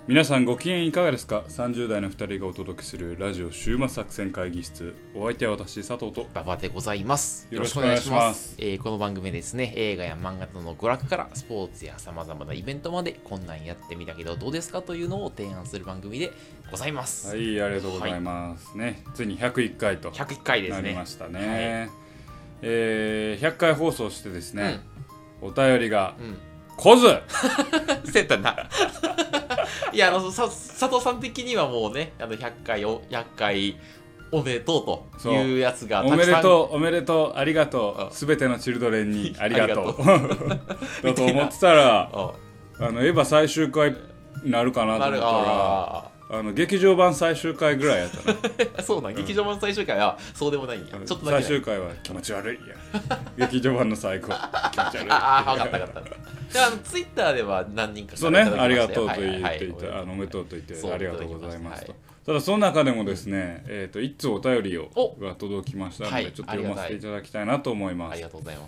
皆さんご機嫌いかがですか。30代の2人がお届けするラジオ週末作戦会議室。お相手は私佐藤と馬場でございます。 よろしくお願いします。 この番組ですね、映画や漫画などの娯楽からスポーツやさまざまなイベントまでこんなんやってみたけどどうですかというのを提案する番組でございます。 はい、ありがとうございます、ね。ついに101回と 101回ですね。 なりましたね。100回放送してですね、お便りが来ずせったないや佐藤さん的にはもうね100回おめでとうというやつがたくさんおめでとうありがとうすべてのチルドレンにありがとうだと思ってたらエヴァ最終回になるかなと思ったら劇場版最終回ぐらいやったなそうなん、劇場版最終回はそうでもないんや。ちょっとだけ最終回は気持ち悪いや劇場版の最高気持ち悪い。 ああ分かった分かった。でツイッターでは何人かそうね、ありがとうと言っていた、おめでとうと言ってありがとうございますと。ただその中でもですね、一通お便りが届きましたので、ちょっと読ませていただきたいなと思います。 ありがとうございます。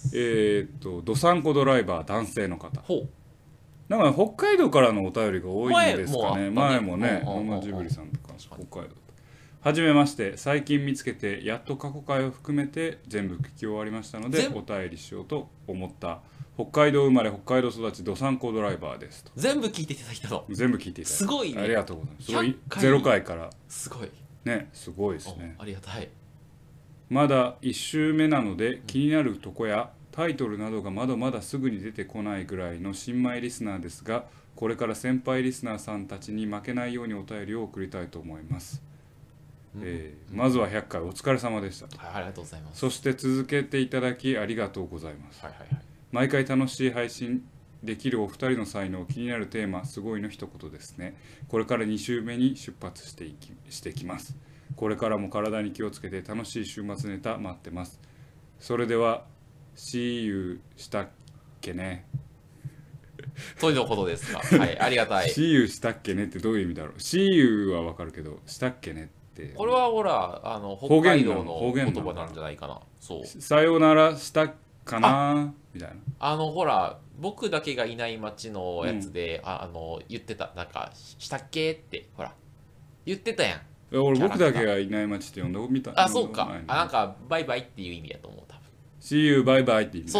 どさんこドライバー男性の方。なんか北海道からのお便りが多いんですかね。前もね、モモジブリさんとか北海道と。はじめまして、最近見つけてやっと過去回を含めて全部聞き終わりましたのでお便りしようと思った北海道生まれ北海道育ちどさんこドライバーですと。 全部聞いていただいたの。 全部聞いていただいた。すごいね。 ありがとうございます。すごい0回からすごいね、すごいですね。 ありがたい。 まだ1週目なので気になるとこやタイトルなどがまだまだすぐに出てこないぐらいの新米リスナーですが、これから先輩リスナーさんたちに負けないようにお便りを送りたいと思います。まずは100回お疲れ様でしたと。 ありがとうございます。 そして続けていただきありがとうございます。毎回楽しい配信できるお二人の才能、気になるテーマすごいの一言ですね。これから2週目に出発してきます。これからも体に気をつけて楽しい週末ネタ待ってます。それでは See you したっけねということですか。はい、ありがたい。 See you したっけねってどういう意味だろう。See you はわかるけどしたっけねってこれはほら北海道の言葉なんじゃないかな。そうさよならしたかなみたいな。ほら僕だけがいない街のやつで、言ってたなんかしたっけってほら言ってたやん。 俺僕だけがいない街って呼んだみたいな。 あ、そうか。なんかバイバイっていう意味やと思う多分。 See you バイバイって意味。 そう。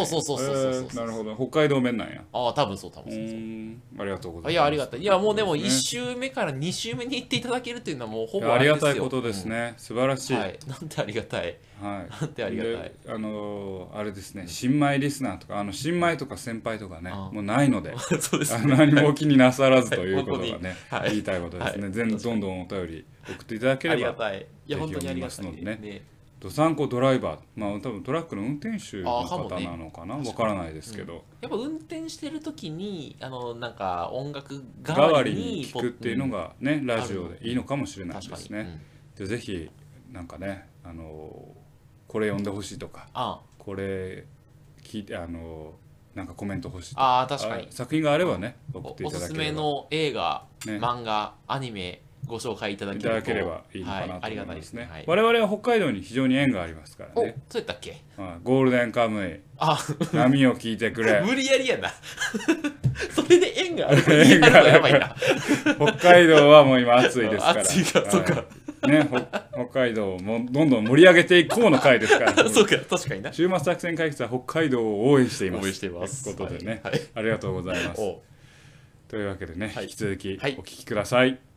なるほど。北海道弁なんや。 あ、多分そう。 ありがとうございます。 いやありがたい。いやもうでも1週目から2週目に行っていただけるっていうのはもうほぼありがたいことですね。素晴らしい。 なんてありがたい。なんてありがたい。 あれですね。新米リスナーとか新米とか先輩とかねもうないので、 そうですね。 何もお気になさらずということがね言いたいことですね。どんどんお便り送っていただければありがたい。いや本当にありがたいね。どさんこドライバー、多分トラックの運転手の方なのかな、わからないですけど、 やっぱ運転してる時になんか音楽代わりに聞くっていうのがね、ラジオでいいのかもしれないですね。でぜひなんかねこれ読んでほしいとか、これ聞いてなんかコメント欲しいとか、 確かに作品があればね送っていただければ、 おすすめの映画、漫画、アニメご紹介いただければいいのかなと思いますね。 はい、 我々は北海道に非常に縁がありますからね。 そうやったっけ？ ゴールデンカムイ、波を聞いてくれ。 無理やりやな。それで縁があるから言い張るのやばいな。 北海道はもう今暑いですから。 暑いから、そうか。 ね、北海道をもどんどん盛り上げていこうの回ですから。 そうか、確かにな。 週末作戦会議室は北海道を応援しています。 応援しています。 ということでね、ありがとうございます。というわけでね、引き続きお聞きください。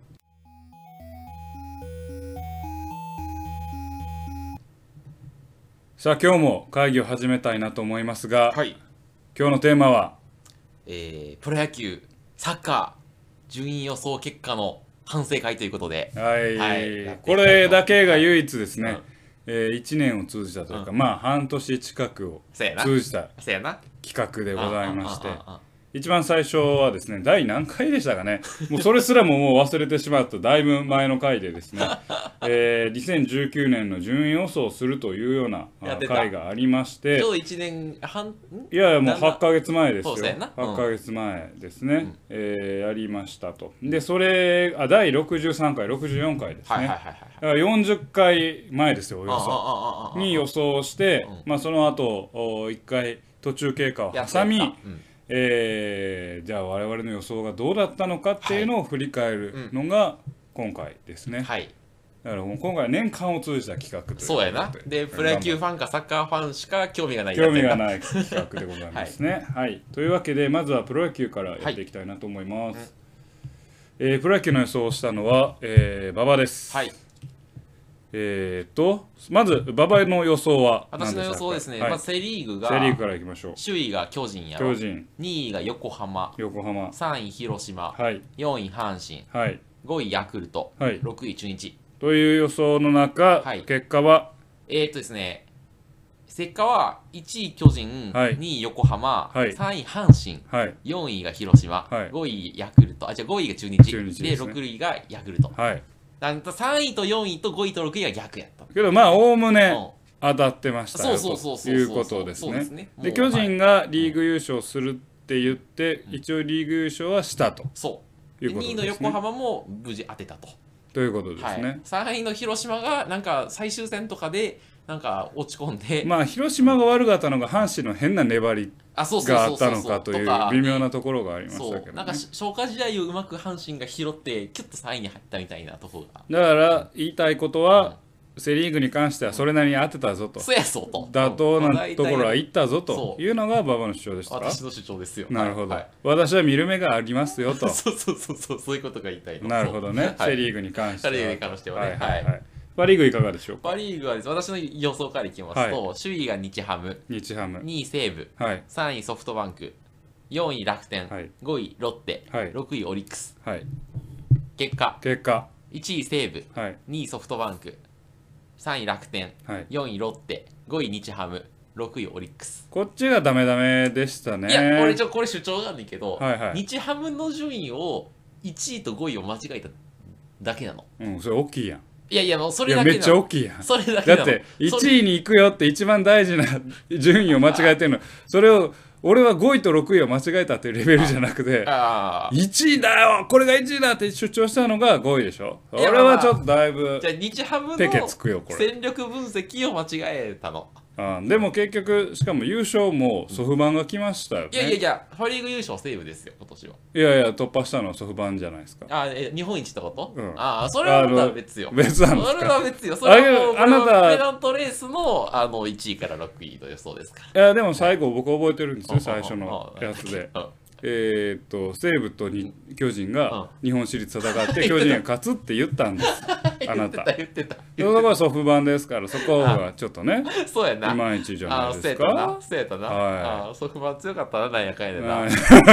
さあ今日も会議を始めたいなと思いますが、今日のテーマは、 プロ野球サッカー順位予想結果の反省会ということで、 これだけが唯一ですね、1年を通じたというか、半年近くを通じた企画でございまして、一番最初はですね、第何回でしたかね、もうそれすらももう忘れてしまっただいぶ前の回でですね、2019年の順位予想をするというような回がありまして、 ちょうど1年半、 いやいやもう8ヶ月前ですよ。8ヶ月前ですね、やりましたと。でそれ第63回64回ですね。だから40回前ですよ、およそに予想して、その後1回途中経過を挟み、 じゃあ我々の予想がどうだったのかっていうのを振り返るのが今回ですね。 はい。 だからもう今回は年間を通じた企画ということで。 そうやな。で、プロ野球ファンかサッカーファンしか興味がない。 興味がない企画でございますね。はい。というわけで、まずはプロ野球からやっていきたいなと思います。プロ野球の予想をしたのは、馬場です。はい。まず馬場の予想は私の予想ですね、まずセ・リーグがセ・リーグからいきましょう。 首位が巨人やろ、 巨人、 2位が横浜、3位広島、4位阪神、5位ヤクルト、6位中日という予想の中、結果はですね、結果は1位巨人、2位横浜、3位阪神、4位が広島、5位ヤクルト、じゃあ5位が中日で6位がヤクルト。3位と4位と5位と6位が逆やった。 けどまあおおむね当たってましたよということですね。で巨人がリーグ優勝するって言って一応リーグ優勝はしたと。 そう2位の横浜も無事当てたということですね。 3位の広島がなんか最終戦とかでなんか落ち込んで、 まあ広島が悪かったのが阪神の変な粘りがあったのかという微妙なところがありましたけど、 なんか消化試合をうまく阪神が拾ってキュッと3位に入ったみたいなところが。 だから言いたいことは、セ・リーグに関してはそれなりに当てたぞと、妥当なところは行ったぞというのが馬場の主張でしたか。 私の主張ですよ。 なるほど、私は見る目がありますよと。 そういうことが言いたいの。 なるほどね、セ・リーグに関しては。 セ・リーグに関してはね。 パ・リーグいかがでしょうか。 パ・リーグは私の予想からいきますと、首位が日ハム、2位西武、3位ソフトバンク、4位楽天、5位ロッテ、6位オリックス。結果1位西武、2位ソフトバンク、3位楽天、4位ロッテ、5位日ハム、6位オリックス。 こっちがダメダメでしたね。 いやこれ主張なんだけど、日ハムの順位を1位と5位を間違えただけなの。 それ大きいやん。 いやもうそれだけめっちゃ大きいやん。 それだけだって1位に行くよって一番大事な順位を間違えてるの。それを俺は5位と6位を間違えたっていうレベルじゃなくて、1位だよこれが1位だって主張したのが5位でしょ。俺はちょっとだいぶじゃあ日ハムの戦力分析を間違えたの。 でも結局しかも優勝もソフバンが来ましたよね。 いやパ・リーグ優勝西武ですよ今年は。 いや突破したのはソフバンじゃないですか。 日本一ってこと？それはまた別よ。 別なんですか。 それは別よ。それはもうあなたペナントレースの1位から6位の予想ですから。 いやでも最後僕覚えてるんですよ、最初のやつで。西武と巨人が日本シリーズ戦って巨人が勝つって言ったんですあなた。 言ってた。 そこはソフバンですからそこがちょっとねそうやな、 いまいちじゃないですか。 そうやったな。ソフバン強かったな、なんやかんやでな。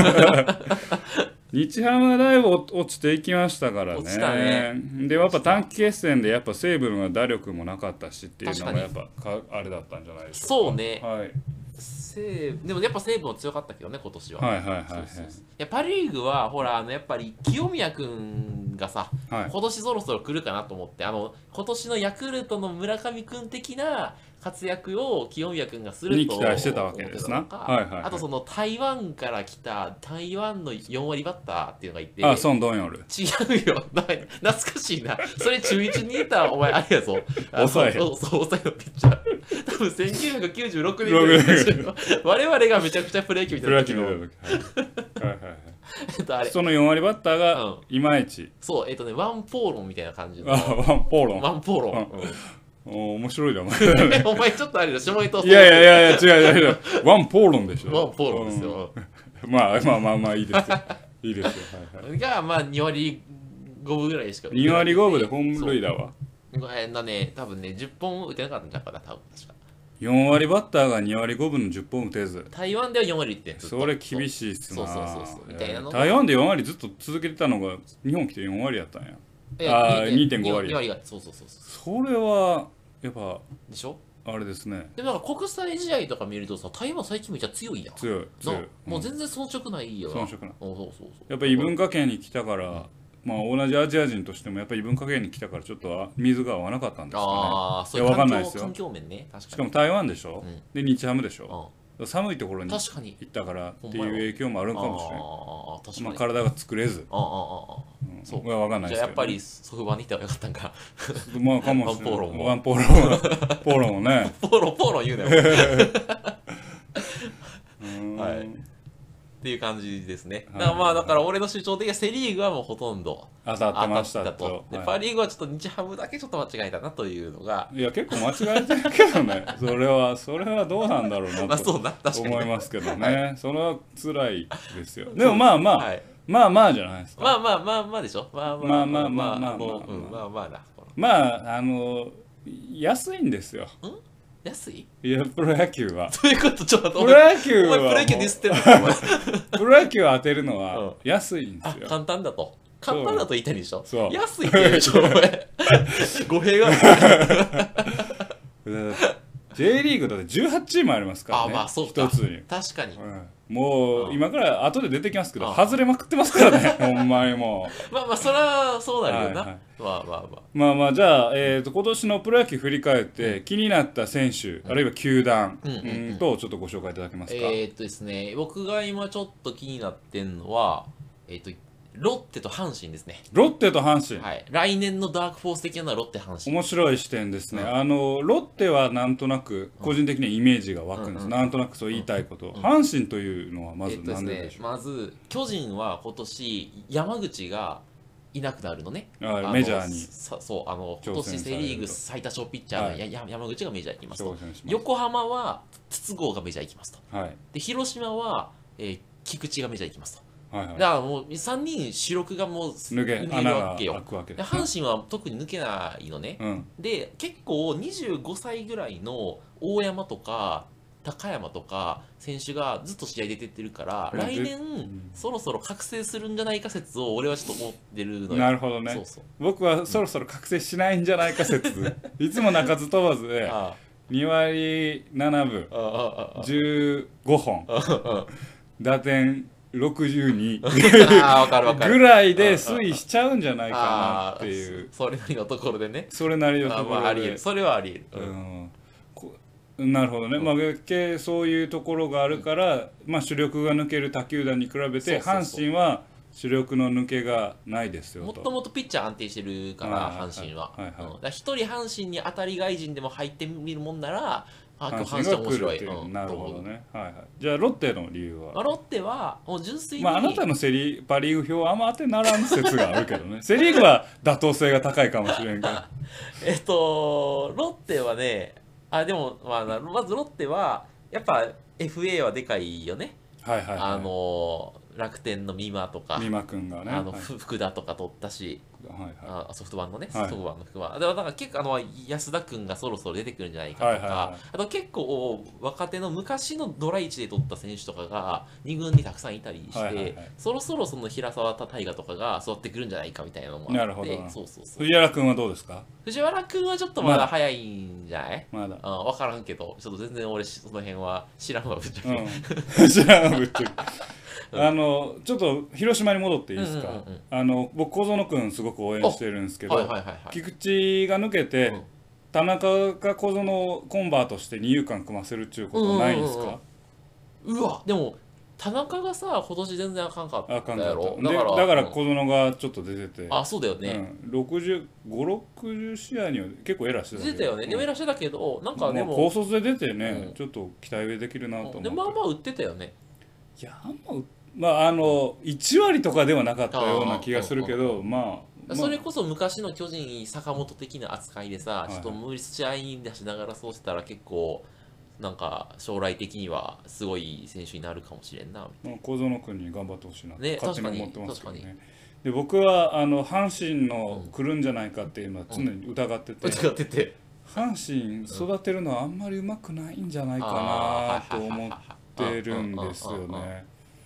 日ハムはだいぶ落ちていきましたからね。でやっぱ短期決戦でやっぱ西武の打力もなかったしっていうのがやっぱあれだったんじゃないですか。 そうね。でもやっぱ西武も強かったけどね今年は。パ・リーグはほらやっぱり清宮君がさ、今年そろそろ来るかなと思って、今年のヤクルトの村上君的な活躍を清宮君がすると期待してたわけですな。 あとその台湾から来た台湾の4割バッターっていうのがいて、 ソン・ドンヨル。 違うよ、懐かしいな。それ中1にいたお前あれやぞ。 抑えのピッチャー。多分1996年ぐらいですよ。我々がめちゃくちゃプロ野球見てた時の。 その4割バッターがいまいち。 そう、ワンポーロンみたいな感じの。 ワンポーロン。面白いなお前。 お前ちょっとあれだ、下井と。 いや違う。ワンポーロンでしょ。 ワンポーロンですよ。 まあいいですよ。いいですよ。 がまあ2割5分ぐらいしか。 2割5分で本塁打は。 多分ね10本打てなかったんじゃないかな多分確か。 4割バッターが2割5分の10本打てず。 台湾では4割ってそれ厳しいっすな。 そうみたいなの。 台湾で4割ずっと続けてたのが日本来て4割やったんや。2.5 割。 2割がそう。 それはやっぱでしょ。 あれですね。 でもなんか国際試合とか見るとさ、台湾最近めっちゃ強いやん。 強い。 もう全然遜色ないよ。 遜色ない。やっぱ異文化圏に来たから。まあ同じアジア人としてもやっぱり異文化圏に来たからちょっと水が合わなかったんですかね。 そういう環境面ね。 しかも台湾でしょ。で日ハムでしょ。寒いところに行ったからっていう影響もあるかもしれない。体が作れず。そうが分かんないですけど。 じゃあやっぱりソフバンに行ったらよかったんか。 まあかもしれない。ワンポーロンもね。 ポーロン言うなよ。 っていう感じですね。だからまあだから俺の主張的にはセ・リーグはもうほとんど当たってましたと。でパ・リーグはちょっと日ハムだけちょっと間違えたなというのが。 いや結構間違えてるけどね。それはどうなんだろうなと思いますけどね。それは辛いですよ。でもまあまあまあまあじゃないですか。 まあまあまあまあでしょ。まあまあまあまあまあまあだ。 まあ安いんですよ。 安い？ いやプロ野球は。 ということちょっとプロ野球はプロ野球ディスってるのかお前。 プロ野球を当てるのは安いんですよ。 簡単だと。簡単だと言いたいでしょ。安いって言うでしょお前。語弊がある。 J リーグだって18チームありますからね。 まあそうか。 一つに。 確かに。 もう今から後で出てきますけど外れまくってますからね。ほんまにもう。まあそれはそうなるよな。 まあじゃあ今年のプロ野球振り返って気になった選手あるいは球団とちょっとご紹介いただけますか。 ですね、僕が今ちょっと気になってんのはロッテと阪神ですね。 ロッテと阪神。 はい。来年のダークフォース的なのはロッテ阪神。 面白い視点ですね。ロッテはなんとなく個人的にはイメージが湧くんです。なんとなくそう言いたいこと。阪神というのはまず何ででしょう。 まず巨人は今年山口がいなくなるのね。 メジャーに。 そう今年セ・リーグ最多勝ピッチャーの山口がメジャー行きますと。横浜は筒香がメジャー行きますと。で広島は菊池がメジャー行きますと。だからもう3人主力がもう抜けるわけよ。 で阪神は特に抜けないのね。で結構25歳ぐらいの大山とか高山とか選手がずっと試合で出てるから来年そろそろ覚醒するんじゃないか説を俺はちょっと思ってるのよ。 なるほどね。僕はそろそろ覚醒しないんじゃないか説。いつも鳴かず飛ばずで2割7分15本打点62ぐらいで推移しちゃうんじゃないかなっていう。 それなりのところでね。 それなりのところで。 それはあり得る。なるほどね。まあそういうところがあるから、まあ主力が抜ける他球団に比べて阪神は主力の抜けがないですよと。 もともとピッチャー安定してるから阪神は。一人阪神に当たり外人でも入ってみるもんなら。 阪神が面白い。なるほどね。じゃあロッテの理由は。 ロッテはもう純粋に。 あなたのパ・リーグ表はあんま当てならん説があるけどね。セ・リーグは妥当性が高いかもしれんけど。 ロッテはね、でもまずロッテはやっぱ FA はでかいよね。楽天の美馬とか美馬君がね福田とか取ったし、ソフトバンクのね、ソフトバンクの福馬でもなんか結構安田君がそろそろ出てくるんじゃないかとか、あと結構若手の昔のドラ1で取った選手とかが2軍にたくさんいたりして、そろそろその平沢大河とかが育ってくるんじゃないかみたいなのもあって。なるほど。 藤原君はどうですか。 藤原君はちょっとまだ早いんじゃない。 まだ分からんけどちょっと全然俺その辺は知らんわぶっちゃけ。知らんわぶっちゃけ。ちょっと広島に戻っていいですか。僕小園君すごく応援してるんですけど、菊池が抜けて田中が小園をコンバートして二遊間組ませるっちゅうことないんですか。 うわでも田中がさ今年全然あかんかったやろ。 だから小園がちょっと出てて、 そうだよね。 60試合には結構エラーしてた。 出てたよね。でもエラーしてたけどなんかでも高卒で出てね、ちょっと期待できるなと思って。 でまあまあ打ってたよね。 いや1割とかではなかったような気がするけど、 それこそ昔の巨人坂本的な扱いでさ、ちょっと無理試合に出しながらそうしたら結構なんか将来的にはすごい選手になるかもしれんな。 小園君に頑張ってほしいなって勝手に思ってますけどね。で僕は阪神の来るんじゃないかっていうのは常に疑ってて、阪神育てるのはあんまりうまくないんじゃないかなと思ってるんですよね。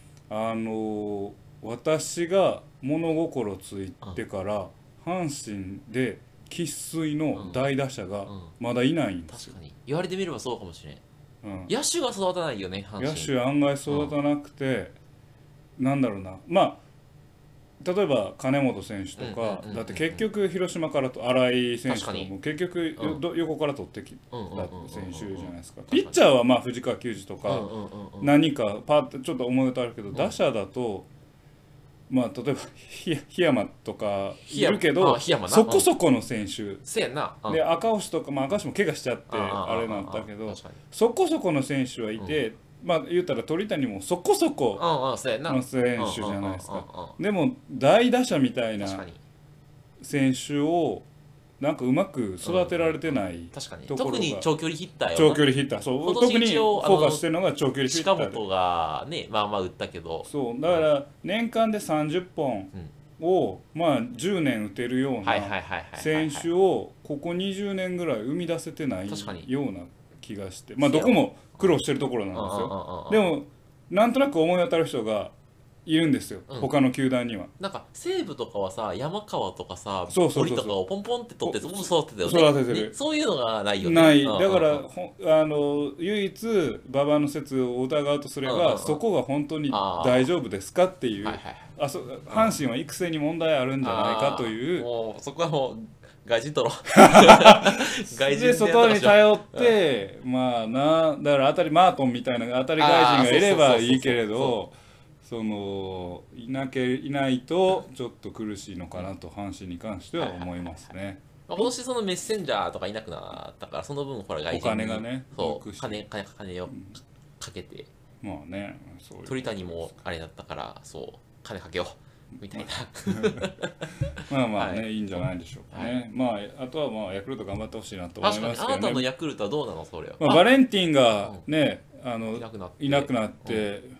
私が物心ついてから阪神で生粋の大打者がまだいないんですよ。 確かに言われてみればそうかもしれん。野手が育たないよね阪神。 野手案外育たなくて、なんだろうな、例えば金本選手とかだって結局広島からと新井選手とかも結局横から取ってきた選手じゃないですか。ピッチャーは藤川球児とか何かパッとちょっと思い当たるけど、打者だと例えば檜山とかいるけどそこそこの選手で赤星とか赤星も怪我しちゃってあれなんだけどそこそこの選手はいてまあ言ったら鳥谷もそこそこの選手じゃないですか。でも大打者みたいな選手をなんかうまく育てられてないところが、特に長距離ヒッターよ。 長距離ヒッター、そう特にフォーカスしてるのが長距離ヒッターで、 近本がねまあまあ打ったけど、 そうだから年間で30本をまあ10年打てるような選手をここ20年ぐらい生み出せてないような気がして、まあどこも苦労してるところなんですよ。でもなんとなく思い当たる人がいるんですよ、他の球団には。 なんか西武とかはさ、山川とかさ、森とかをポンポンって取ってそこも育ててたよね。育ててる。そういうのがないよね。 ない。だから唯一馬場の説を疑うとすれば、そこが本当に大丈夫ですかっていう、阪神は育成に問題あるんじゃないかという。 もうそこはもう外人取ろ外人で外に頼って、まあな、だから当たりマートンみたいな当たり外人がいればいいけれど、いないとちょっと苦しいのかなと阪神に関しては思いますね。 今年そのメッセンジャーとかいなくなったから、その分ほら外人にお金がね、 そう金をかけて、 まあね、そういう鳥谷もあれだったから、そう金かけようみたいな。 まあまあね、いいんじゃないでしょうかね。まああとはまあヤクルト頑張ってほしいなと思いますけどね。 確かにあなたのヤクルトはどうなのそれは。 バレンティンがねいなくなって。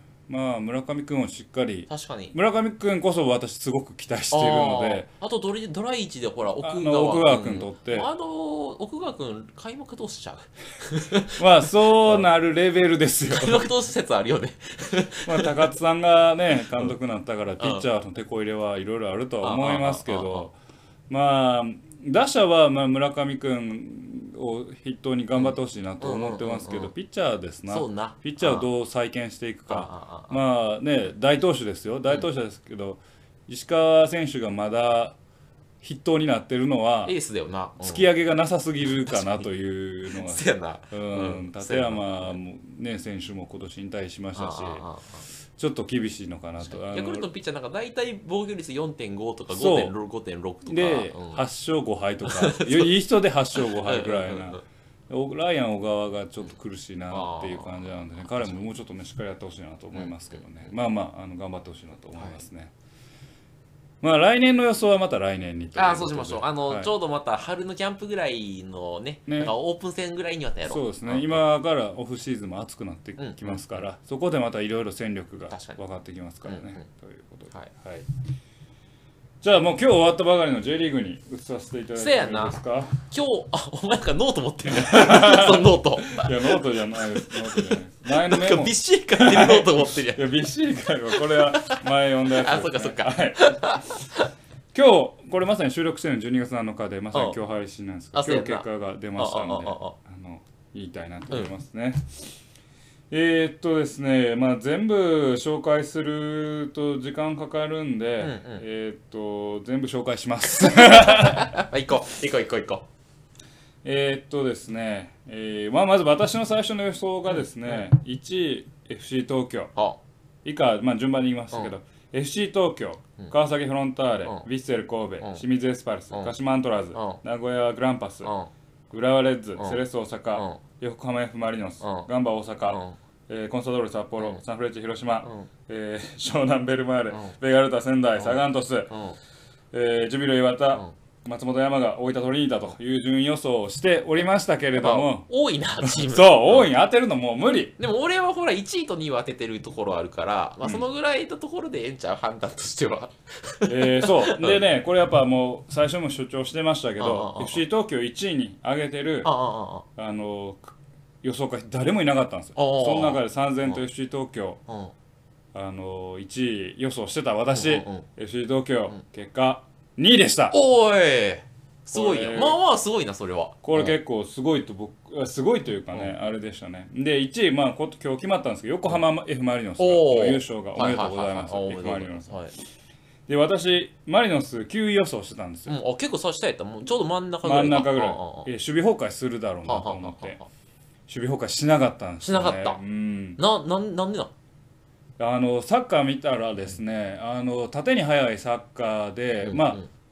まあ村上君をしっかり、 確かに村上君こそ私すごく期待しているので、 あとドライチでほら奥川君とって奥川君開幕投手ちゃうまあそうなるレベルですよ。 開幕投手説あるよね。 まあ高津さんがね監督になったからピッチャーの手こ入れはいろいろあるとは思いますけど、まあ打者はまあ村上君を筆頭に頑張ってほしいなと思ってますけど、ピッチャーですな。ピッチャーをどう再建していくか。まあね、大投手ですよ。大投手ですけど、石川選手がまだ筆頭になってるのは、 エースだよな。 突き上げがなさすぎるかなというのが。 そうやな。 立山もね、選手も今年引退しましたし、ちょっと厳しいのかなと。 ヤクルトのピッチャーなんか大体防御率 4.5 とか 5.6 とかで8勝5敗とかいい人で8勝5敗ぐらいな。ライアン小川がちょっと苦しいなっていう感じなんでね、彼ももうちょっとねしっかりやってほしいなと思いますけどね。まあまあ頑張ってほしいなと思いますね。まあ来年の予想はまた来年に。 そうしましょう。ちょうどまた春のキャンプぐらいのね、なんかオープン戦ぐらいにはやろう。 そうですね。今からオフシーズンも暑くなってきますから、そこでまたいろいろ戦力が分かってきますからね。ということで。はい。じゃあもう今日終わったばかりの J リーグに移させていただいていいですか。 今日お前なんかノート持ってるね。そのノート。 いやノートじゃないです。ノートじゃないです。前のメモ。 なんかびっしり書いてるノート持ってるやん。 いやびっしり書いてる。これは前読んだやつです、ね。 そっかそっか。 はい。今日これまさに収録してるの12月7日でまさに今日配信なんですけど、今日結果が出ましたので言いたいなと思いますね。ですね、まあ全部紹介すると時間かかるんで、全部紹介します。 行こう。 ですね、まず私の最初の予想がですね、1位 FC 東京、以下、まあ順番に言いますけど、FC 東京、川崎フロンターレ、ヴィッセル神戸、清水エスパルス、鹿島アントラーズ、名古屋グランパス、浦和レッズ、セレッソ大阪、横浜 F マリノス、ガンバ大阪、コンサドーレ札幌、サンフレッチェ広島、湘南ベルマーレ、ベガルタ仙台、サガン鳥栖、ジュビロ磐田、松本山が大分トリニータという順位予想をしておりましたけれども、 多いなチーム。 そう多いに当てるのもう無理。 でも俺はほら1位と2位を当ててるところあるから、まあそのぐらいのところでええんちゃう判断としては。 そうでね、これやっぱもう最初も主張してましたけど、FC 東京1位に上げてる予想家誰もいなかったんですよ。その中で3000と FC 東京1位予想してた私、FC 東京結果2位でした。 おいすごいよ。まあまあすごいなそれは。 これ結構すごいとすごいというかね、あれでしたね。で1位まあ今日決まったんですけど、横浜 F マリノスの優勝がおめでとうございます。F マリノス。で私マリノス9位予想してたんですよ。 結構差したやった。もうちょうど真ん中ぐらい。 真ん中ぐらい。守備崩壊するだろうなと思って、守備崩壊しなかったんですよね。 しなかった。なんでな。 サッカー見たらですね、縦に速いサッカーで、まあ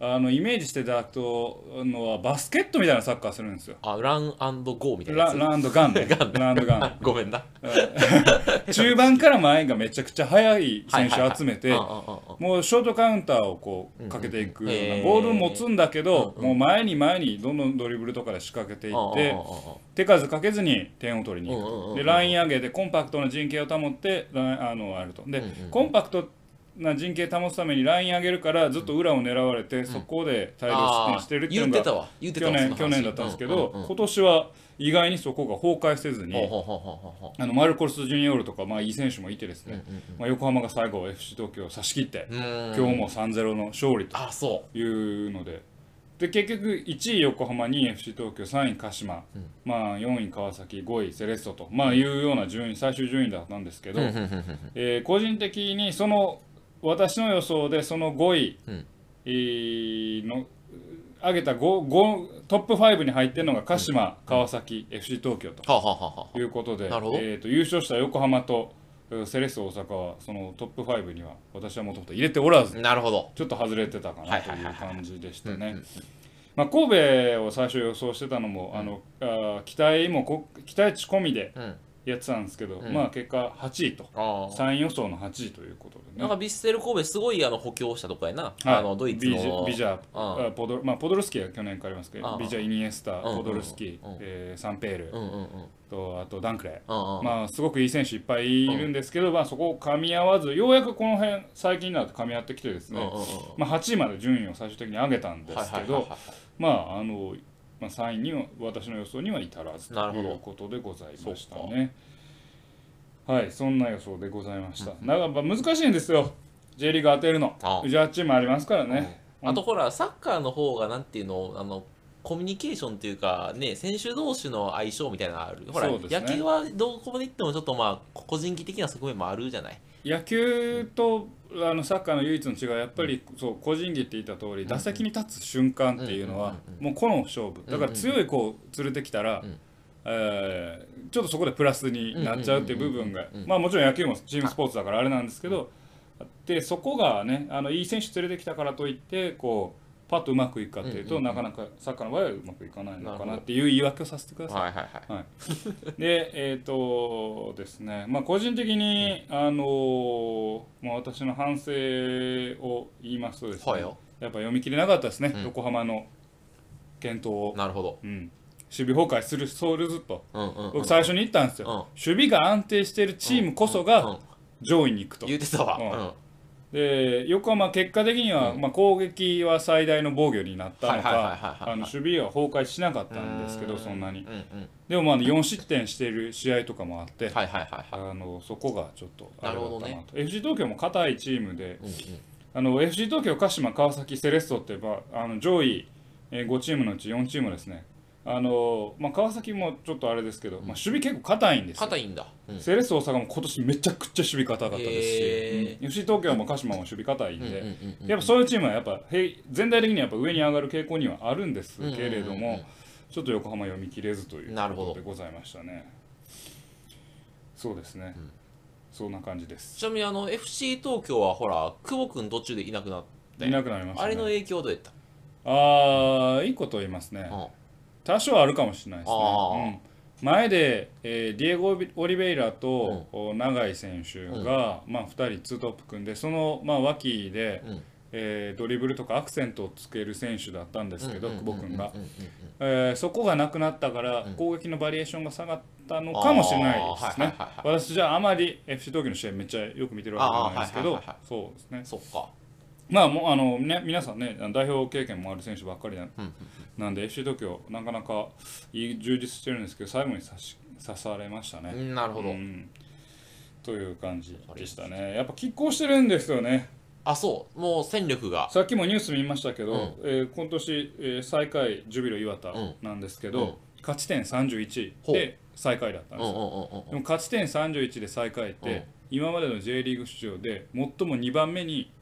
イメージしていただくのはバスケットみたいなサッカーするんですよ。 ラン&ゴーみたいなやつ。 ランガンね。ランガン。 ごめんな。 中盤から前がめちゃくちゃ速い選手を集めて、もうショートカウンターをこうかけていくような、ボール持つんだけど、もう前にどんどんドリブルとかで仕掛けていって、手数かけずに点を取りに行く。で、ライン上げてコンパクトな陣形を保って、あると。で、コンパクトな陣形保つためにライン上げるからずっと裏を狙われて、そこで大量失点してるっていうのが去年だったんですけど、今年は意外にそこが崩壊せずに、マルコス・ジュニオールとか、いい選手もいてですね、横浜が最後 FC 東京を差し切って今日も 3-0 の勝利というので、結局1位横浜、2位 FC 東京、3位鹿島、4位川崎、5位セレッソと、いうような最終順位だったんですけど、個人的に私の予想でその5位の上げたトップ5に入ってるのが鹿島、川崎、FC 東京ということで、優勝した横浜とセレッソ大阪はそのトップ5には私はもともと入れておらず、ちょっと外れてたかなという感じでしたね。神戸を最初予想してたのも期待値込みでやってたんですけど、結果8位と3位予想の8位ということでね。 なんかヴィッセル神戸すごい補強したとこやな、ドイツのビジャー、ポドルスキーが去年からありますけど、ビジャー、イニエスタ、ポドルスキー、サンペールとあとダンクレー、すごくいい選手いっぱいいるんですけど、そこを噛み合わず、ようやくこの辺最近になって噛み合ってきてですね、8位まで順位を最終的に上げたんですけど、3位には私の予想には至らずということでございましたね。はい、そんな予想でございました。だから難しいんですよ、J リーグ当てるの。18チームありますからね。 あとほら、サッカーの方がなんていうの、コミュニケーションというかね、選手同士の相性みたいなのある。ほら、野球はどこまでいってもちょっと個人技的な側面もあるじゃない。 野球とサッカーの唯一の違いはやっぱり個人技って言った通り、打席に立つ瞬間っていうのはもうこの勝負だから、強い子を連れてきたらちょっとそこでプラスになっちゃうっていう部分が、もちろん野球もチームスポーツだからあれなんですけど、でそこがね、いい選手連れてきたからといってパッとうまくいくかっていうと、なかなかサッカーの場合はうまくいかないのかなっていう言い訳をさせてください。でですね、個人的に私の反省を言いますとですね、やっぱ読み切れなかったですね、横浜の健闘を。 なるほど。 守備崩壊するソウルズと僕最初に言ったんですよ。守備が安定しているチームこそが上位に行くと言ってたわ。 で横浜結果的には、攻撃は最大の防御になったのか、守備は崩壊しなかったんですけど、そんなに。でも4失点している試合とかもあって、そこがちょっとあれだったなと。FC 東京も硬いチームで、FC 東京、鹿島、川崎、セレッソって上位5チームのうち4チームですね。川崎もちょっとあれですけど、守備結構硬いんですよ。 硬いんだ。 セレッソ大阪も今年めちゃくちゃ守備硬かったですし、FC 東京も鹿島も守備硬いんで、やっぱそういうチームはやっぱ全体的にやっぱ上に上がる傾向にはあるんですけれども、ちょっと横浜読み切れずということでございましたね。そうですね、そんな感じです。 ちなみにFC 東京はほら久保君途中でいなくなって、 いなくなりましたね。 あれの影響どうやった？ いいこと言いますね。多少あるかもしれないですね。前で、ディエゴ・オリベイラと永井選手が、2人ツートップ組んで、その、脇で、ドリブルとかアクセントをつける選手だったんですけど、久保君が、そこがなくなったから攻撃のバリエーションが下がったのかもしれないですね。私じゃあまり FC 東京の試合めっちゃよく見てるわけじゃないですけど、そうですね。 そっか。 もう皆さんね、代表経験もある選手ばっかりなんで FC 東京なかなか充実してるんですけど、最後に刺されましたね。 なるほど。 という感じでしたね。やっぱ拮抗してるんですよね。 そう、もう戦力が。 さっきもニュース見ましたけど、今年、最下位ジュビロ磐田なんですけど、勝ち点31で最下位だったんですよ。でも勝ち点31で最下位って、今までの J リーグ史上で最も2番目に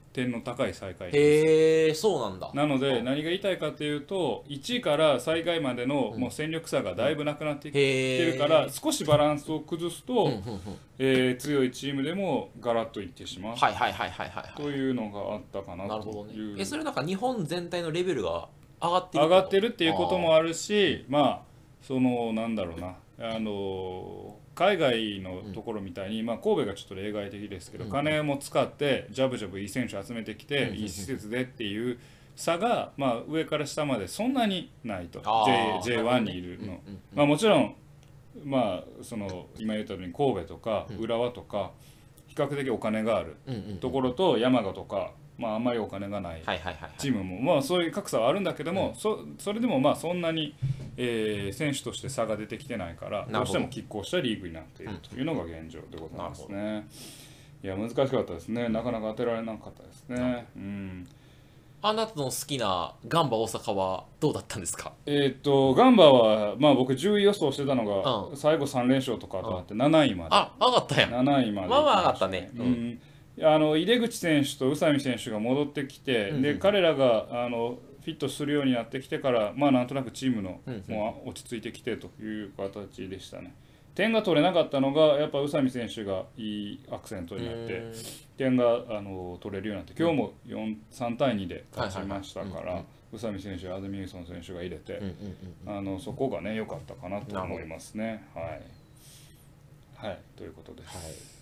点の高い最下位へえ、そうなんだ。 なので何が言いたいかというと、1位から最下位までのもう戦力差がだいぶなくなってきてるから、少しバランスを崩すと、強いチームでもガラッといってしまうというのがあったかなという。 それなんか日本全体のレベルが上がってるっていうこともあるし、まあそのなんだろうな、海外のところみたいに、まあ、神戸がちょっと例外的ですけど、金も使ってジャブジャブいい選手集めてきて、いい施設でっていう差が、まあ、上から下までそんなにないと J1 にいるの、まあ、もちろん、まあ、その今言ったように神戸とか浦和とか比較的お金があるところと山形とか、まあ、あんまりお金がないチームも、まあ、そういう格差はあるんだけども、それでもまあそんなに、選手として差が出てきてないから、どうしても拮抗したリーグになっているというのが現状でございますね。いや難しかったですね。なかなか当てられなかったですね。 あなたの好きなガンバ大阪はどうだったんですか？ ガンバは、まあ、僕10位予想してたのが、最後3連勝とかとなって7位まで、 上がったやん。 7位までまあまあ上がったね。 井出口選手と宇佐美選手が戻ってきて、で彼らがフィットするようになってきてから、まあ、なんとなくチームの、もう落ち着いてきてという形でしたね。点が取れなかったのがやっぱ宇佐美選手がいいアクセントになって点が取れるようになって、今日も3対2で勝ちましたから、宇佐美選手、安住優son選手が入れて、そこがね良かったかなと思いますね。はい、ということです。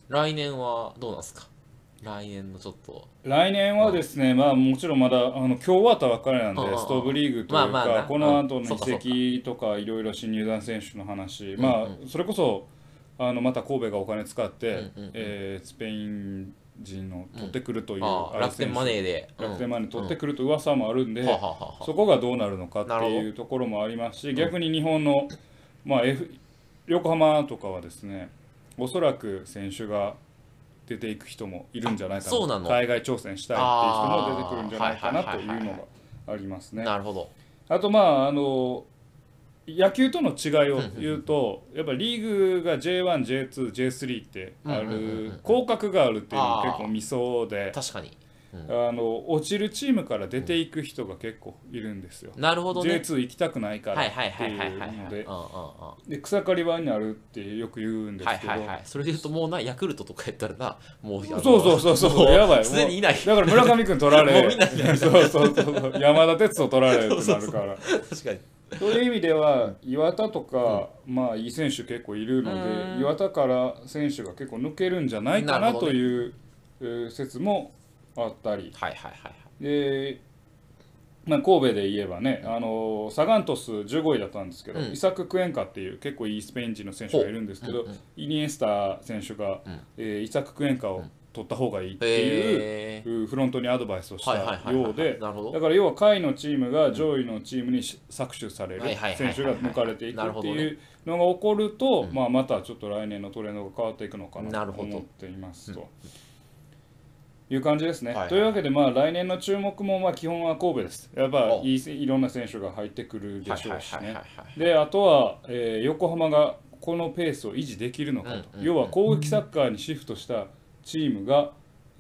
来年はどうなんですか？来年のちょっと来年はですね、まあもちろんまだ今日終わったばっかりなんで、ストーブリーグというか、この後の移籍とかいろいろ新入団選手の話、まあそれこそまた神戸がお金使ってスペイン人を取ってくるという、 楽天マネーで取ってくると噂もあるんで、そこがどうなるのかっていうところもありますし、逆に日本のまあ横浜とかはですね、おそらく選手が出ていく人もいるんじゃないかな、海外挑戦したいっていう人も出てくるんじゃないかなというのがありますね。 なるほど。 あとまあ野球との違いを言うと、やっぱリーグが J1、J2、J3 ってある、降格があるっていうのが結構ミソで、 確かに落ちるチームから出ていく人が結構いるんですよ。 なるほどね。 J2 行きたくないからっていうので、草刈り場になるってよく言うんですけど、 それで言うともうな、ヤクルトとかやったらな、もうそうやばい、 すでにいない。 だから村上君取られそう山田哲人取られるってなるから。 確かにそういう意味では岩田とか、まあいい選手結構いるので、岩田から選手が結構抜けるんじゃないかなという説もあったり、で、まあ、神戸で言えばね、サガン鳥栖15位だったんですけど、イサク・クエンカっていう結構いいスペイン人の選手がいるんですけど、イニエスタ選手が、イサク・クエンカを取った方がいいっていうフロントにアドバイスをしたようで、だから要は下位のチームが上位のチームに搾取される選手が抜かれていくっていうのが起こると、まあまたちょっと来年のトレンドが変わっていくのかなと思っていますという感じですね。というわけで、まあ来年の注目もまあ基本は神戸です。やっぱいろんな選手が入ってくるでしょうしね。であとは、横浜がこのペースを維持できるのかと、要は攻撃サッカーにシフトしたチームが、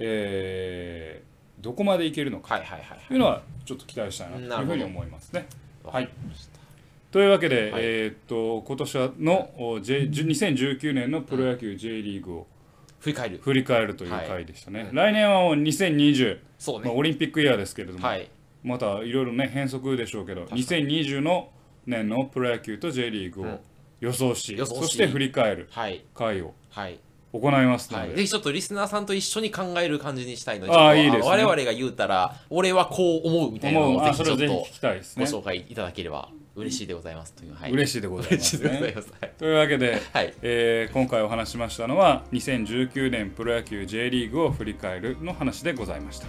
どこまでいけるのかというのはちょっと期待したいなというふうに思いますね。はい、というわけで、今年の2019年のプロ野球 J リーグを振り返るという回でしたね。来年はもう2020、まあ、オリンピックイヤーですけれども、またいろいろね変則でしょうけど、2020の年のプロ野球と J リーグを予想し、そして振り返る回を行いますので、 ぜひちょっとリスナーさんと一緒に考える感じにしたいので、いいですね、我々が言うたら俺はこう思うみたいなのをぜひちょっとご紹介いただければ嬉しいでございますという、 嬉しいでございますね。というわけで、今回お話しましたのは2019年プロ野球 J リーグを振り返るの話でございました。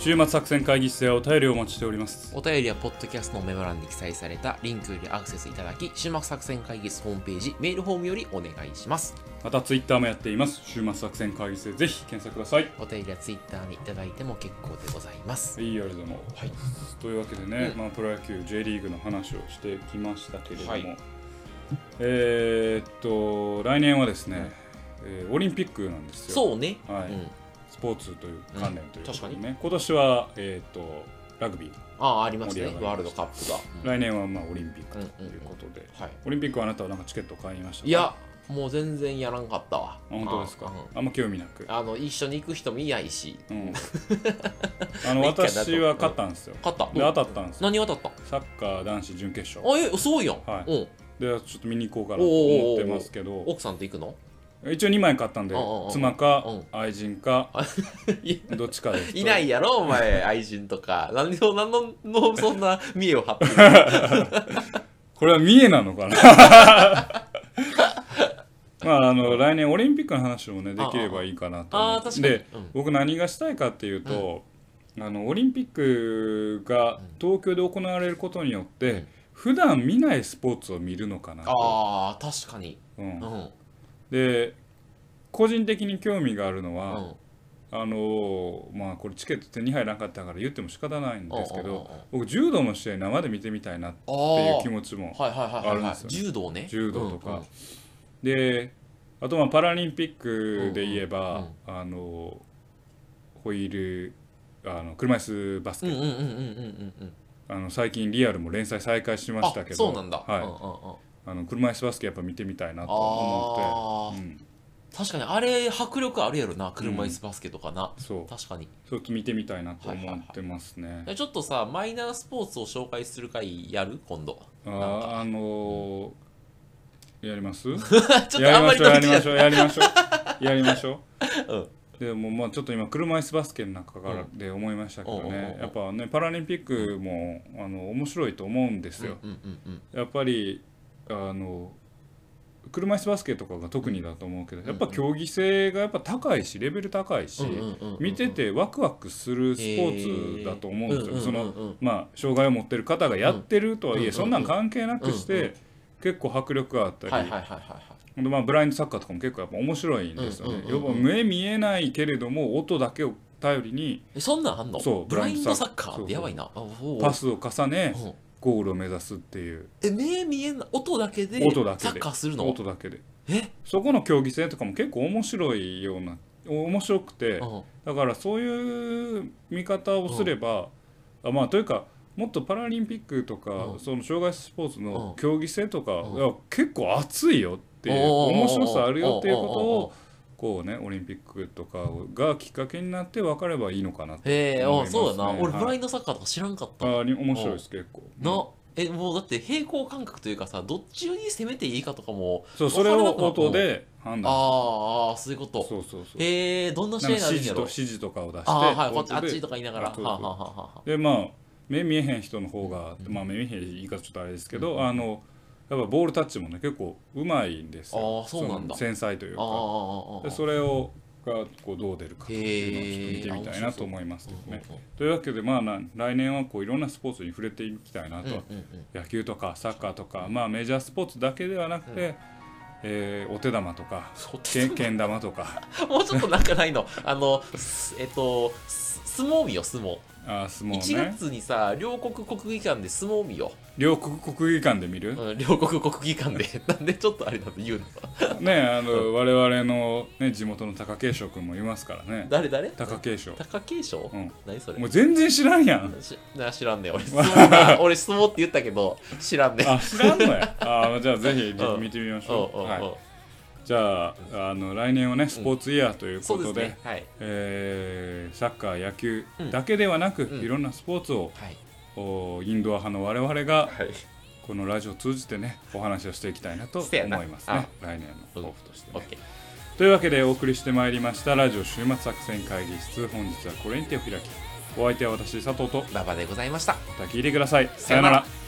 週末作戦会議室でお便りをお待ちしております。 お便りはポッドキャストのメモ欄に記載されたリンクよりアクセスいただき、週末作戦会議室ホームページメールフォームよりお願いします。 またツイッターもやっています。週末作戦会議室でぜひ検索ください。 お便りはツイッターにいただいても結構でございます。 はい、ありがとうございます。はい、というわけでね、プロ野球 J リーグの話をしてきましたけれども、はい、来年はですね、オリンピックなんですよ。 そうね。 はい。スポーツという関連ということでね、今年は、ラグビーありますね、ワールドカップが、 来年はオリンピックということで、オリンピックはあなたはなんかチケット買いましたか？ いや、もう全然やらんかったわ。 本当ですか？あんま興味なく。 一緒に行く人もいないし、 私は勝ったんですよ。 勝った。 で、当たったんですよ。 何当たった？ サッカー男子準決勝。 そうやん。 はい。で、ちょっと見に行こうかなと思ってますけど。 奥さんと行くの？ 一応2枚買ったんで、妻か愛人かどっちかです。 いないやろお前、愛人とか。何のそんな見栄を張ってるこれは見栄なのかな来年オリンピックの話もねできればいいかなと思って。で、僕何がしたいかっていうと、オリンピックが東京で行われることによって普段見ないスポーツを見るのかなと。 確かに。 で、個人的に興味があるのは、これチケット手に入らなかったから言っても仕方ないんですけど、僕柔道の試合生で見てみたいなっていう気持ちもあるんですよ。 柔道ね。 柔道とか。で、あとパラリンピックで言えば、ホイール、車椅子バスケ。最近リアルも連載再開しましたけど、 そうなんだ。 車椅子バスケやっぱ見てみたいなと思って、 確かにあれ迫力あるやろな、車椅子バスケとかな。 そう確かにちょっと見てみたいなと思ってますね。 ちょっとさ、マイナースポーツを紹介する回やる？今度やります？ ちょっとあんまりやりましょうでもちょっと今車椅子バスケの中からで思いましたけどね、やっぱねパラリンピックも面白いと思うんですよ。やっぱり車椅子バスケとかが特にだと思うけど、やっぱ競技性がやっぱ高いしレベル高いし、見ててワクワクするスポーツだと思うんですよ。障害を持ってる方がやってるとはいえ、そんなん関係なくして結構迫力があったり、ブラインドサッカーとかも結構やっぱ面白いんですよね。要は目見えないけれども音だけを頼りに、 そんなんあんの？ そう、 ブラインドサッカーってやばいな。 パスを重ねゴールを目指すっていう。 目見えない、音だけでサッカーするの？ 音だけで。そこの競技性とかも結構面白くて、だからそういう見方をすれば、というかもっとパラリンピックとかその障害スポーツの競技性とか結構熱いよっていう、面白さあるよっていうことをこうね、オリンピックとかがきっかけになって分かればいいのかなと思いますね。 そうだな。俺ブラインドサッカーとか知らんかった。 面白いです結構。 もうだって平行感覚というかさ、どっちに攻めていいかとかもそれを音で判断する。そういうこと。どんな試合になるんやろ。 指示とかを出して、 あっちとか言いながら。 で目見えへん人の方が、目見えへん言い方ちょっとあれですけど、やっぱボールタッチもね結構うまいんですよ。 そうなんだ。 繊細というか。でそれをがどう出るかというのをちょっと見てみたいなと思いますけどね。というわけで来年はいろんなスポーツに触れていきたいなと。野球とかサッカーとかメジャースポーツだけではなくて、お手玉とかけん玉とかもうちょっとなんかないの？相撲見よ、相撲。 相撲ね。 1月にさ、両国国技館で相撲見よ。 両国国技館で見る？ 両国国技館で。なんでちょっとあれだと言うのね。我々の、ね、地元の貴景勝君もいますからね。 誰？貴景勝。 貴景勝？何それ？ もう全然知らんやん。 知らんね。俺相撲って言ったけど知らんね。 知らんのや。じゃあぜひ見てみましょう。じゃあ来年はねスポーツイヤーということで、サッカー野球だけではなく、いろんなスポーツを、インドア派の我々が、このラジオを通じてねお話をしていきたいなと思いますね。来年の抱負としてね。というわけでお送りしてまいりましたラジオ週末作戦会議室、本日はこれにてお開き。お相手は私佐藤と馬場でございました。 また聞いてください。さよなら。